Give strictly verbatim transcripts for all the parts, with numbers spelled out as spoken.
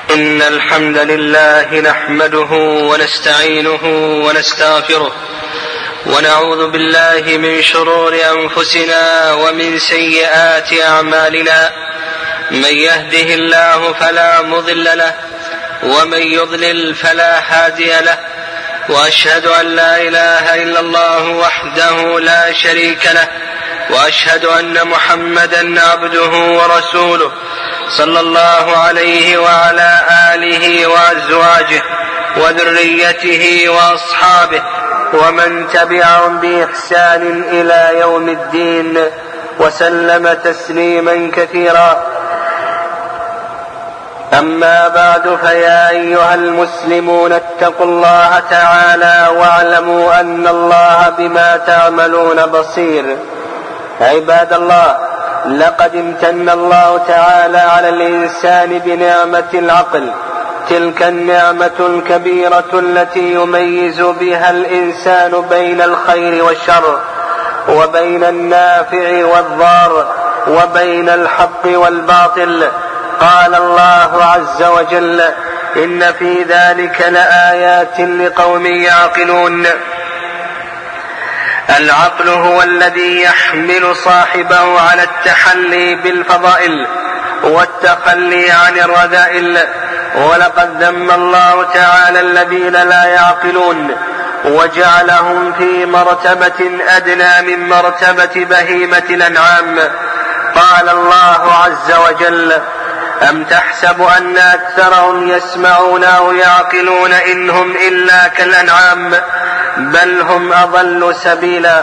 إن الحمد لله نحمده ونستعينه ونستغفره ونعوذ بالله من شرور أنفسنا ومن سيئات أعمالنا. من يهده الله فلا مضل له ومن يضلل فلا هادي له، وأشهد أن لا إله إلا الله وحده لا شريك له، وأشهد أن محمدا عبده ورسوله صلى الله عليه وعلى آله وأزواجه وذريته وأصحابه ومن تبعهم بإحسان إلى يوم الدين وسلم تسليما كثيرا. أما بعد، فيا أيها المسلمون اتقوا الله تعالى واعلموا أن الله بما تعملون بصير. عباد الله، لقد امتن الله تعالى على الإنسان بنعمة العقل، تلك النعمة الكبيرة التي يميز بها الإنسان بين الخير والشر، وبين النافع والضار، وبين الحق والباطل. قال الله عز وجل: إن في ذلك لآيات لقوم يعقلون. العقل هو الذي يحمل صاحبه على التحلي بالفضائل والتخلي عن الرذائل. ولقد ذم الله تعالى الذين لا يعقلون وجعلهم في مرتبة أدنى من مرتبة بهيمة الأنعام. قال الله عز وجل: أم تحسب أن أكثرهم يسمعون أو يعقلون إنهم إلا كالأنعام بل هم أضل سبيلا.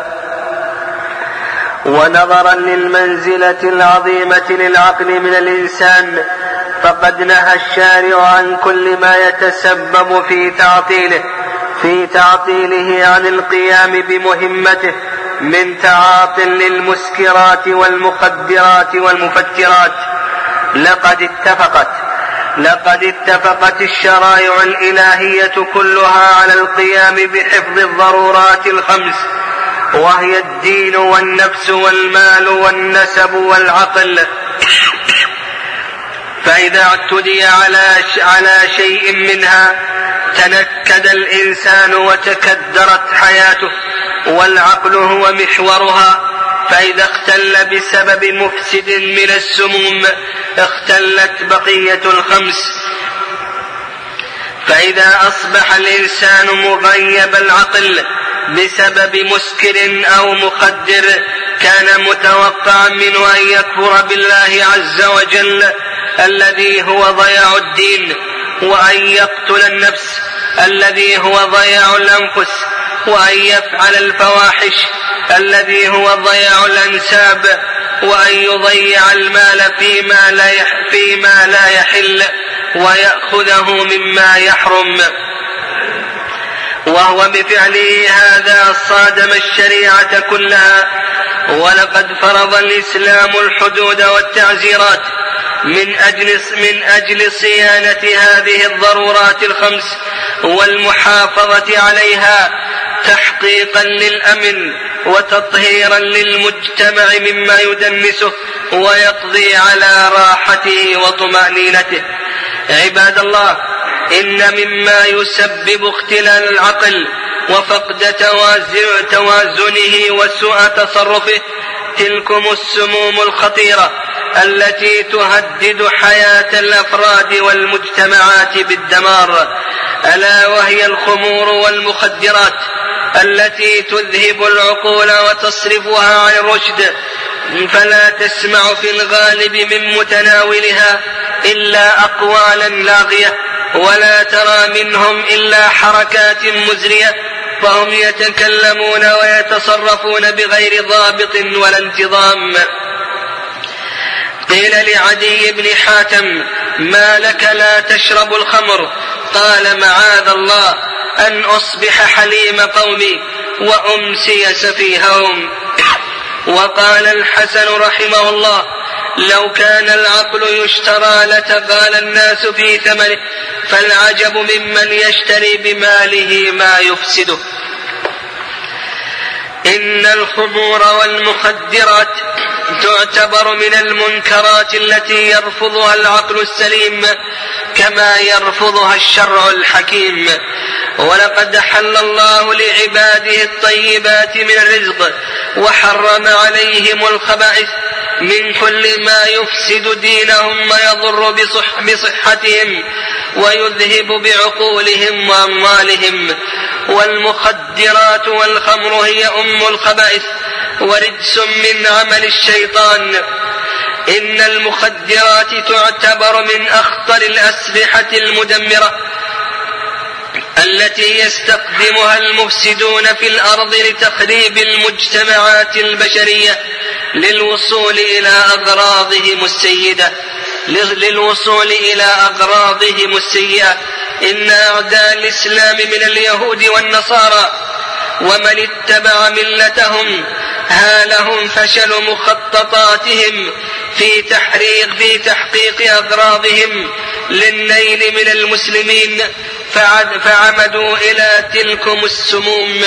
ونظرا للمنزلة العظيمة للعقل من الإنسان، فقد نهى الشارع عن كل ما يتسبب في تعطيله في تعطيله عن القيام بمهمته من تعاط للمسكرات والمخدرات والمفترات. لقد اتفقت لقد اتفقت الشرائع الإلهية كلها على القيام بحفظ الضرورات الخمس، وهي الدين والنفس والمال والنسب والعقل. فإذا اعتدي على على شيء منها تنكد الإنسان وتكدرت حياته، والعقل هو محورها. فإذا اختل بسبب مفسد من السموم اختلت بقية الخمس. فإذا أصبح الإنسان مغيب العقل بسبب مسكر أو مخدر، كان متوقعا منه أن يكفر بالله عز وجل الذي هو ضياع الدين، وأن يقتل النفس الذي هو ضياع الأنفس، وأن يفعل الفواحش الذي هو ضياع الأنساب، وأن يضيع المال فيما لا فيما لا يحل ويأخذه مما يحرم. وهو بفعله هذا صادم الشريعة كلها. ولقد فرض الإسلام الحدود والتعزيرات من أجل من أجل صيانة هذه الضرورات الخمس والمحافظة عليها، تحقيقا للأمن وتطهيرا للمجتمع مما يدنسه ويقضي على راحته وطمأنينته. عباد الله، إن مما يسبب اختلال العقل وفقد توازنه وسوء تصرفه تلكم السموم الخطيرة التي تهدد حياة الأفراد والمجتمعات بالدمار، ألا وهي الخمور والمخدرات التي تذهب العقول وتصرفها عن الرشد. فلا تسمع في الغالب من متناولها إلا أقوالا لاغية، ولا ترى منهم إلا حركات مزرية، فهم يتكلمون ويتصرفون بغير ضابط ولا انتظام. قيل لعدي بن حاتم: ما لك لا تشرب الخمر؟ قال: معاذ الله أن أصبح حليم قومي وأمسي سفيههم. وقال الحسن رحمه الله: لو كان العقل يشترى لتغالى الناس في ثمنه، فالعجب ممن يشتري بماله ما يفسده. إن الخمور والمخدرات تعتبر من المنكرات التي يرفضها العقل السليم كما يرفضها الشرع الحكيم. ولقد حل الله لعباده الطيبات من الرزق وحرم عليهم الخبائث من كل ما يفسد دينهم ويضر بصح بصحتهم ويذهب بعقولهم وأموالهم. والمخدرات والخمر هي أم الخبائث ورجس من عمل الشيطان. إن المخدرات تعتبر من أخطر الأسلحة المدمرة التي يستخدمها المفسدون في الأرض لتخريب المجتمعات البشرية للوصول إلى أغراضهم السيئة للوصول إلى أغراضهم السيئة. إن أعداء الإسلام من اليهود والنصارى ومن اتبع ملتهم هالهم فشل مخططاتهم في تحقيق في تحقيق أغراضهم للنيل من المسلمين، فعمدوا إلى تلكم السموم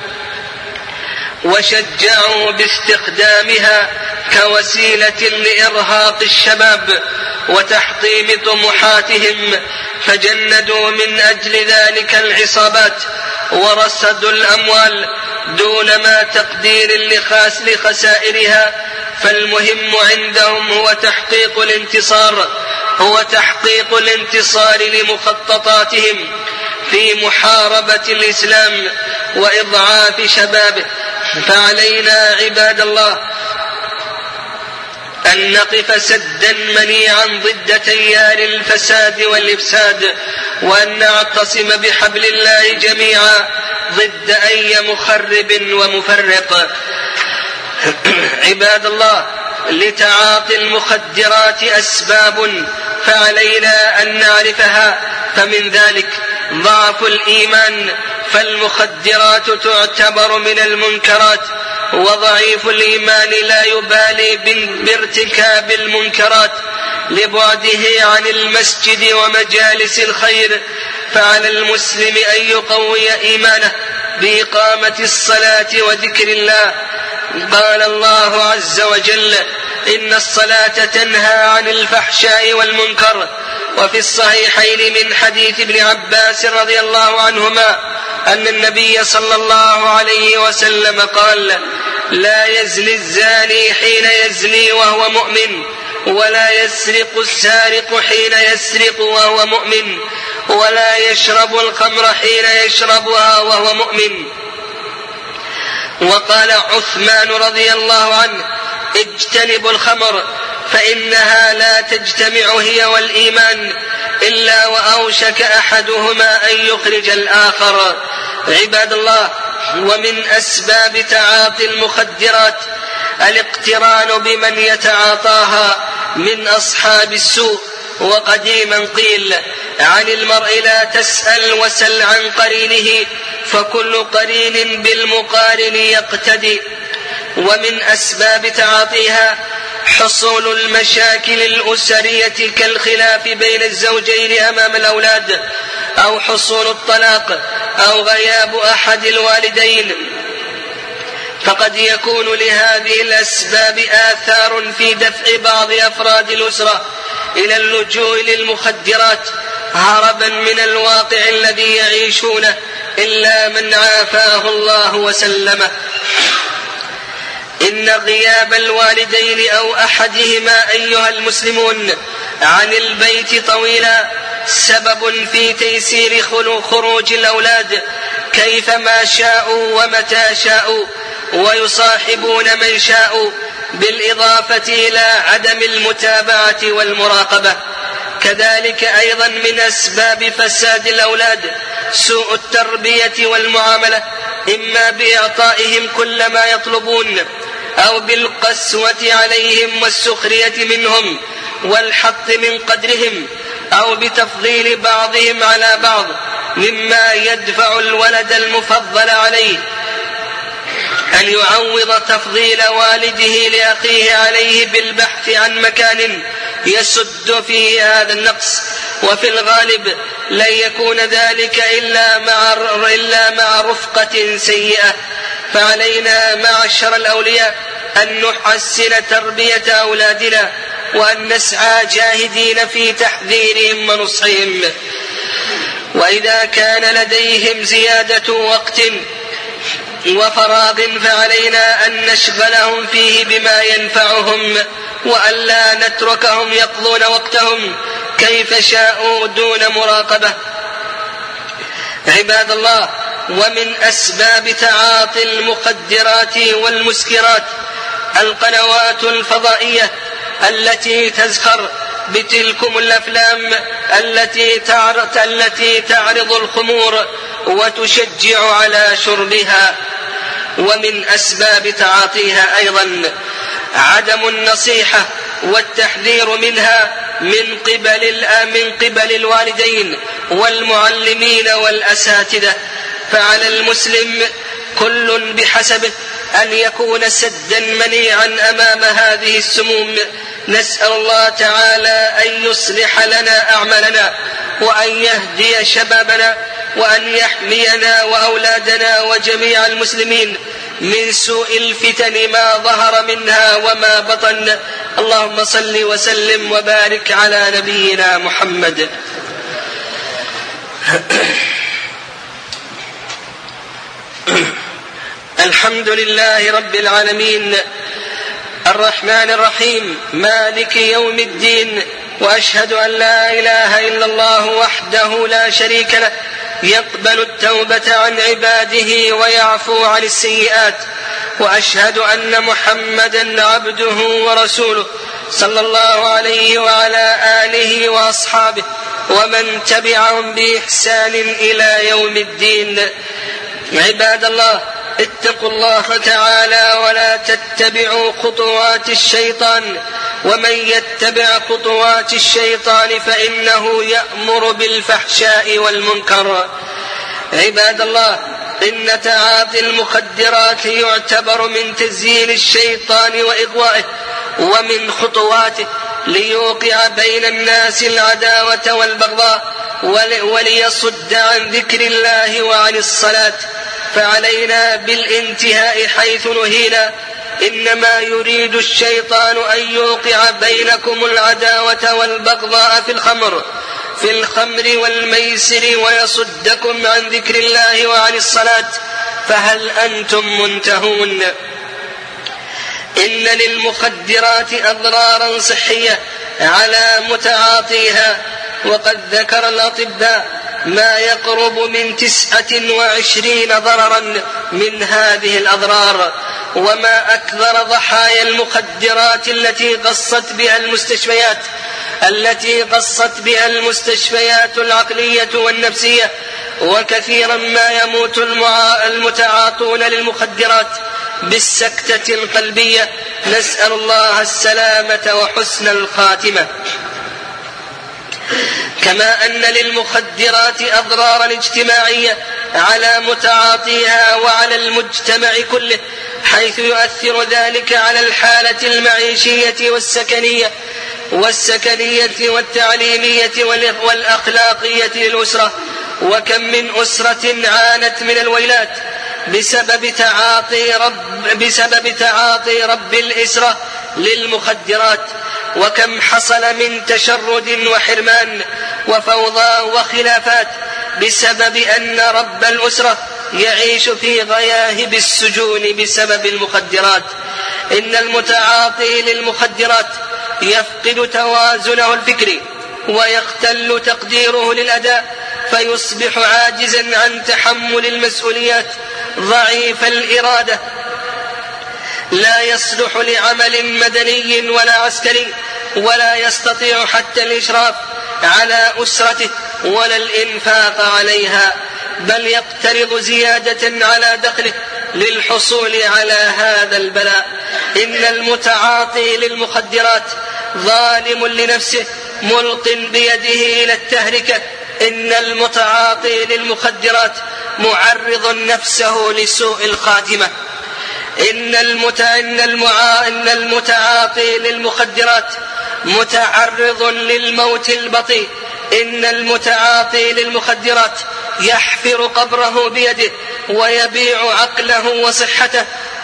وشجعوا باستخدامها كوسيلة لإرهاق الشباب وتحطيم طموحاتهم، فجندوا من أجل ذلك العصابات ورصدوا الأموال دون ما تقدير لخسائرها. فالمهم عندهم هو تحقيق الانتصار هو تحقيق الانتصار لمخططاتهم في محاربة الإسلام وإضعاف شبابه. فعلينا عباد الله أن نقف سدا منيعا ضد تيار الفساد والإفساد، وأن نعتصم بحبل الله جميعا ضد أي مخرب ومفرق. عباد الله، لتعاطي المخدرات أسباب فعلينا أن نعرفها، فمن ذلك ضعف الإيمان، فالمخدرات تعتبر من المنكرات، وضعيف الإيمان لا يبالي بارتكاب المنكرات لبعده عن المسجد ومجالس الخير. فعلى المسلم أن يقوي إيمانه بإقامة الصلاة وذكر الله. قال الله عز وجل: إن الصلاة تنهى عن الفحشاء والمنكر. وفي الصحيحين من حديث ابن عباس رضي الله عنهما أن النبي صلى الله عليه وسلم قال: لا يزني الزاني حين يزني وهو مؤمن، ولا يسرق السارق حين يسرق وهو مؤمن، ولا يشرب الخمر حين يشربها وهو مؤمن. وقال عثمان رضي الله عنه: اجتنبوا الخمر فإنها لا تجتمع هي والإيمان إلا وأوشك أحدهما أن يخرج الآخر. عباد الله، ومن أسباب تعاطي المخدرات الاقتران بمن يتعاطاها من أصحاب السوء. وقديما قيل: عن المرء لا تسأل وسل عن قرينه، فكل قرين بالمقارن يقتدي. ومن أسباب تعاطيها حصول المشاكل الأسرية كالخلاف بين الزوجين أمام الأولاد، أو حصول الطلاق، أو غياب أحد الوالدين. فقد يكون لهذه الأسباب آثار في دفع بعض أفراد الأسرة إلى اللجوء للمخدرات هربا من الواقع الذي يعيشونه، إلا من عافاه الله وسلمه. إن غياب الوالدين أو أحدهما أيها المسلمون عن البيت طويلا سبب في تيسير خروج الأولاد كيفما شاءوا ومتى شاءوا، ويصاحبون من شاءوا، بالإضافة إلى عدم المتابعة والمراقبة. كذلك أيضا من أسباب فساد الأولاد سوء التربية والمعاملة، إما بإعطائهم كل ما يطلبون، أو بالقسوة عليهم والسخرية منهم والحط من قدرهم، أو بتفضيل بعضهم على بعض، مما يدفع الولد المفضل عليه أن يعوض تفضيل والده لأخيه عليه بالبحث عن مكان يسد فيه هذا النقص. وفي الغالب لن يكون ذلك إلا مع, إلا مع رفقة سيئة. فعلينا معشر الأولياء أن نحسن تربية أولادنا، وأن نسعى جاهدين في تحذيرهم ونصحهم. وإذا كان لديهم زيادة وقت وفراغ فعلينا أن نشغلهم فيه بما ينفعهم، وألا نتركهم يقضون وقتهم كيف شاءوا دون مراقبة. عباد الله، ومن أسباب تعاطي المخدرات والمسكرات القنوات الفضائية التي تزخر بتلكم الأفلام التي تعرض, التي تعرض الخمور وتشجع على شربها. ومن أسباب تعاطيها أيضا عدم النصيحة والتحذير منها من قبل من قبل الوالدين والمعلمين والأساتذة. فعلى المسلم كل بحسبه أن يكون سدا منيعا أمام هذه السموم. نسأل الله تعالى أن يصلح لنا أعمالنا، وأن يهدي شبابنا، وأن يحمينا وأولادنا وجميع المسلمين من سوء الفتن ما ظهر منها وما بطن. اللهم صل وسلم وبارك على نبينا محمد. الحمد لله رب العالمين، الرحمن الرحيم، مالك يوم الدين، وأشهد أن لا إله إلا الله وحده لا شريك له، يقبل التوبة عن عباده ويعفو عن السيئات. وأشهد أن محمدا عبده ورسوله صلى الله عليه وعلى آله وأصحابه ومن تبعهم بإحسان إلى يوم الدين. عباد الله، اتقوا الله تعالى ولا تتبعوا خطوات الشيطان، ومن يتبع خطوات الشيطان فإنه يأمر بالفحشاء والمنكر. عباد الله، إن تعاطي المخدرات يعتبر من تزيين الشيطان وإغوائه ومن خطواته ليوقع بين الناس العداوة والبغضاء وليصد عن ذكر الله وعن الصلاة. فعلينا بالانتهاء حيث نهينا. إنما يريد الشيطان أن يوقع بينكم العداوة والبغضاء في الخمر في الخمر والميسر ويصدكم عن ذكر الله وعن الصلاة، فهل أنتم منتهون؟ إن للمخدرات أضرارا صحية على متعاطيها، وقد ذكر الأطباء ما يقرب من تسعة وعشرين ضررا من هذه الأضرار. وما أكثر ضحايا المخدرات التي قصت بها المستشفيات التي قصت بها المستشفيات العقلية والنفسية. وكثيرا ما يموت المتعاطون للمخدرات بالسكتة القلبية، نسأل الله السلامة وحسن الخاتمة. كما أن للمخدرات أضرارا اجتماعية على متعاطيها وعلى المجتمع كله، حيث يؤثر ذلك على الحالة المعيشية والسكنية والسكنية والتعليمية والأخلاقية للأسرة. وكم من أسرة عانت من الويلات بسبب تعاطي رب, بسبب تعاطي رب الأسرة للمخدرات. وكم حصل من تشرد وحرمان وفوضى وخلافات بسبب أن رب الأسرة يعيش في غياهب السجون بسبب المخدرات. إن المتعاطي للمخدرات يفقد توازنه الفكري ويختل تقديره للأداء، فيصبح عاجزا عن تحمل المسؤوليات، ضعيف الإرادة، لا يصلح لعمل مدني ولا عسكري، ولا يستطيع حتى الإشراف على أسرته ولا الإنفاق عليها، بل يقترض زيادة على دخله للحصول على هذا البلاء. إن المتعاطي للمخدرات ظالم لنفسه ملق بيده إلى التهلكة. إن المتعاطي للمخدرات معرض نفسه لسوء الخاتمة. إن, المتع... إن, المع... إن المتعاطي للمخدرات متعرض للموت البطيء. إن المتعاطي للمخدرات يحفر قبره بيده ويبيع عقله وصحته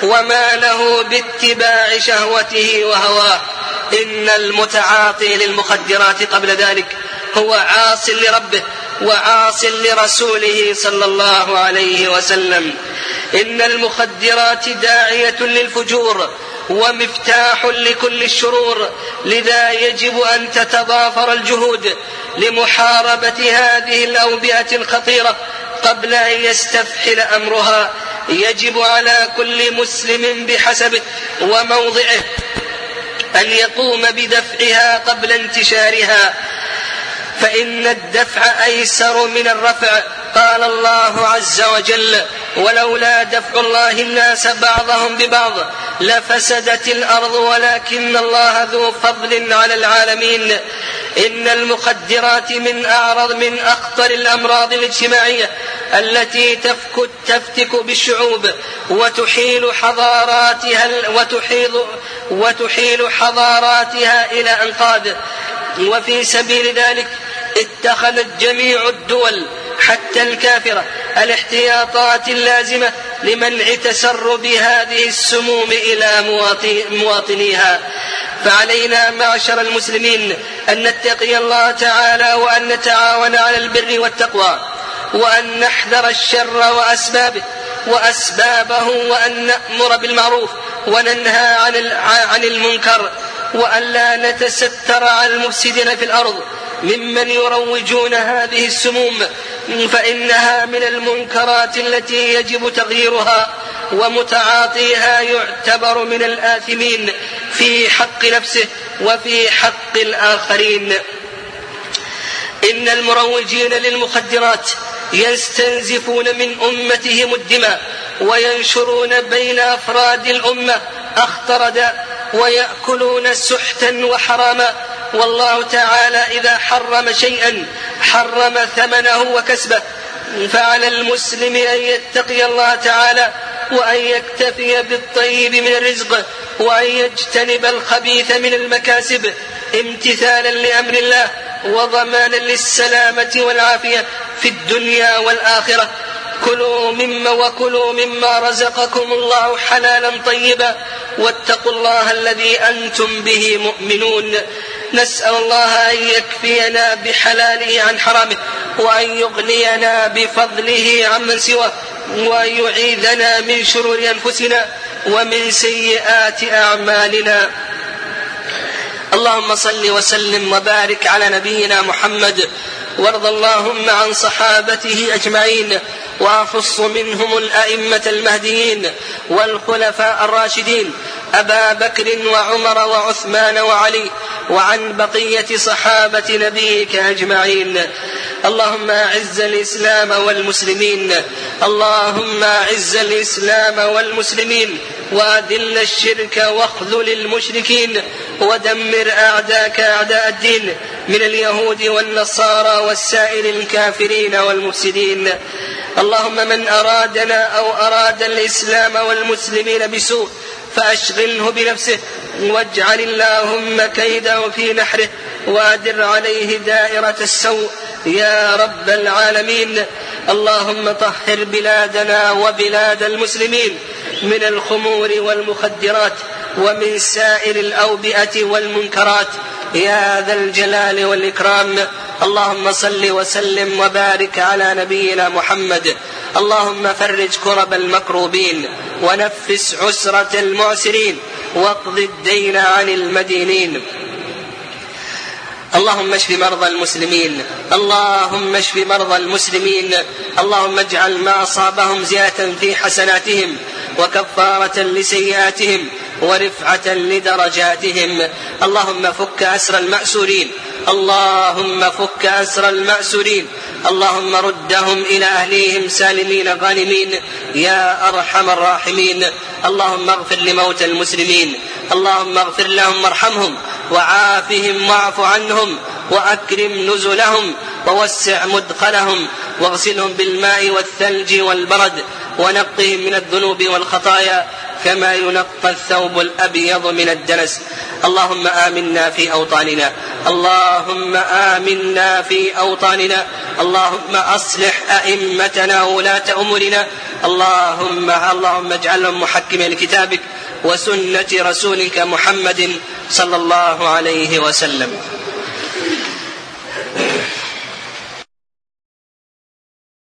وما له باتباع شهوته وهواه. إن المتعاطي للمخدرات قبل ذلك هو عاص لربه وعاص لرسوله صلى الله عليه وسلم. إن المخدرات داعية للفجور ومفتاح لكل الشرور، لذا يجب أن تتضافر الجهود لمحاربة هذه الأوبئة الخطيرة قبل أن يستفحل أمرها. يجب على كل مسلم بحسبه وموضعه أن يقوم بدفعها قبل انتشارها، فإن الدفع أيسر من الرفع. قال الله عز وجل: ولولا دفع الله الناس بعضهم ببعض لفسدت الأرض ولكن الله ذو فضل على العالمين. إن المخدرات من أعرض من أخطر الأمراض الاجتماعية التي تفك تفتك بالشعوب وتحيل حضاراتها وتحيل, وتحيل حضاراتها إلى أنقاض. وفي سبيل ذلك اتخذت جميع الدول حتى الكافرة الاحتياطات اللازمة لمنع تسرب هذه السموم إلى مواطنيها. فعلينا معشر المسلمين أن نتقي الله تعالى وأن نتعاون على البر والتقوى، وأن نحذر الشر وأسبابه وأسبابه وأن نأمر بالمعروف وننهى عن المنكر، وأن لا نتستر على المفسدين في الأرض ممن يروجون هذه السموم، فإنها من المنكرات التي يجب تغييرها، ومتعاطيها يعتبر من الآثمين في حق نفسه وفي حق الآخرين. إن المروجين للمخدرات يستنزفون من أمتهم الدماء وينشرون بين أفراد الأمة أخطر داء، ويأكلون سحتا وحراما. والله تعالى إذا حرم شيئا حرم ثمنه وكسبه، فعلى المسلم أن يتقي الله تعالى وأن يكتفي بالطيب من الرزق، وأن يجتنب الخبيث من المكاسب امتثالا لأمر الله وضمانا للسلامة والعافية في الدنيا والآخرة. كلوا مما وكلوا مما رزقكم الله حلالا طيبا واتقوا الله الذي أنتم به مؤمنون. نسأل الله أن يكفينا بحلاله عن حرامه، وأن يغنينا بفضله عمن سواه، وأن يعيذنا من شرور أنفسنا ومن سيئات أعمالنا. اللهم صل وسلم وبارك على نبينا محمد، وارض اللهم عن صحابته أجمعين، وأخص منهم الأئمة المهديين والخلفاء الراشدين أبا بكر وعمر وعثمان وعلي، وعن بقية صحابة نبيك أجمعين. اللهم أعز الإسلام والمسلمين، اللهم أعز الإسلام والمسلمين، وأذل الشرك واخذل المشركين، ودمر أعداءك أعداء الدين من اليهود والنصارى والسائر الكافرين والمفسدين. اللهم من أرادنا أو أراد الإسلام والمسلمين بسوء فأشغله بنفسه، واجعل اللهم كيده في نحره، وأدر عليه دائرة السوء يا رب العالمين. اللهم طهر بلادنا وبلاد المسلمين من الخمور والمخدرات ومن سائر الأوبئة والمنكرات يا ذا الجلال والإكرام. اللهم صل وسلم وبارك على نبينا محمد. اللهم فرج كرب المكروبين، ونفس عسرة المعسرين، واقض الدين عن المدينين. اللهم اشف مرضى المسلمين، اللهم اشف مرضى المسلمين. اللهم اجعل ما أصابهم زيادة في حسناتهم وكفارة لسيئاتهم ورفعة لدرجاتهم. اللهم فك أسر المأسورين، اللهم فك أسر المأسورين. اللهم ردهم إلى أهليهم سالمين غانمين يا أرحم الراحمين. اللهم اغفر لموتى المسلمين، اللهم اغفر لهم وارحمهم وعافهم واعف عنهم وأكرم نزلهم ووسع مدخلهم، واغسلهم بالماء والثلج والبرد، ونقهم من الذنوب والخطايا، كما ينقى الثوب الأبيض من الدنس. اللهم آمنا في أوطاننا، اللهم آمنا في أوطاننا، اللهم أصلح أئمتنا وولاة أمورنا، اللهم اللهم اجعلهم محكمين لكتابك وسنة رسولك محمد صلى الله عليه وسلم.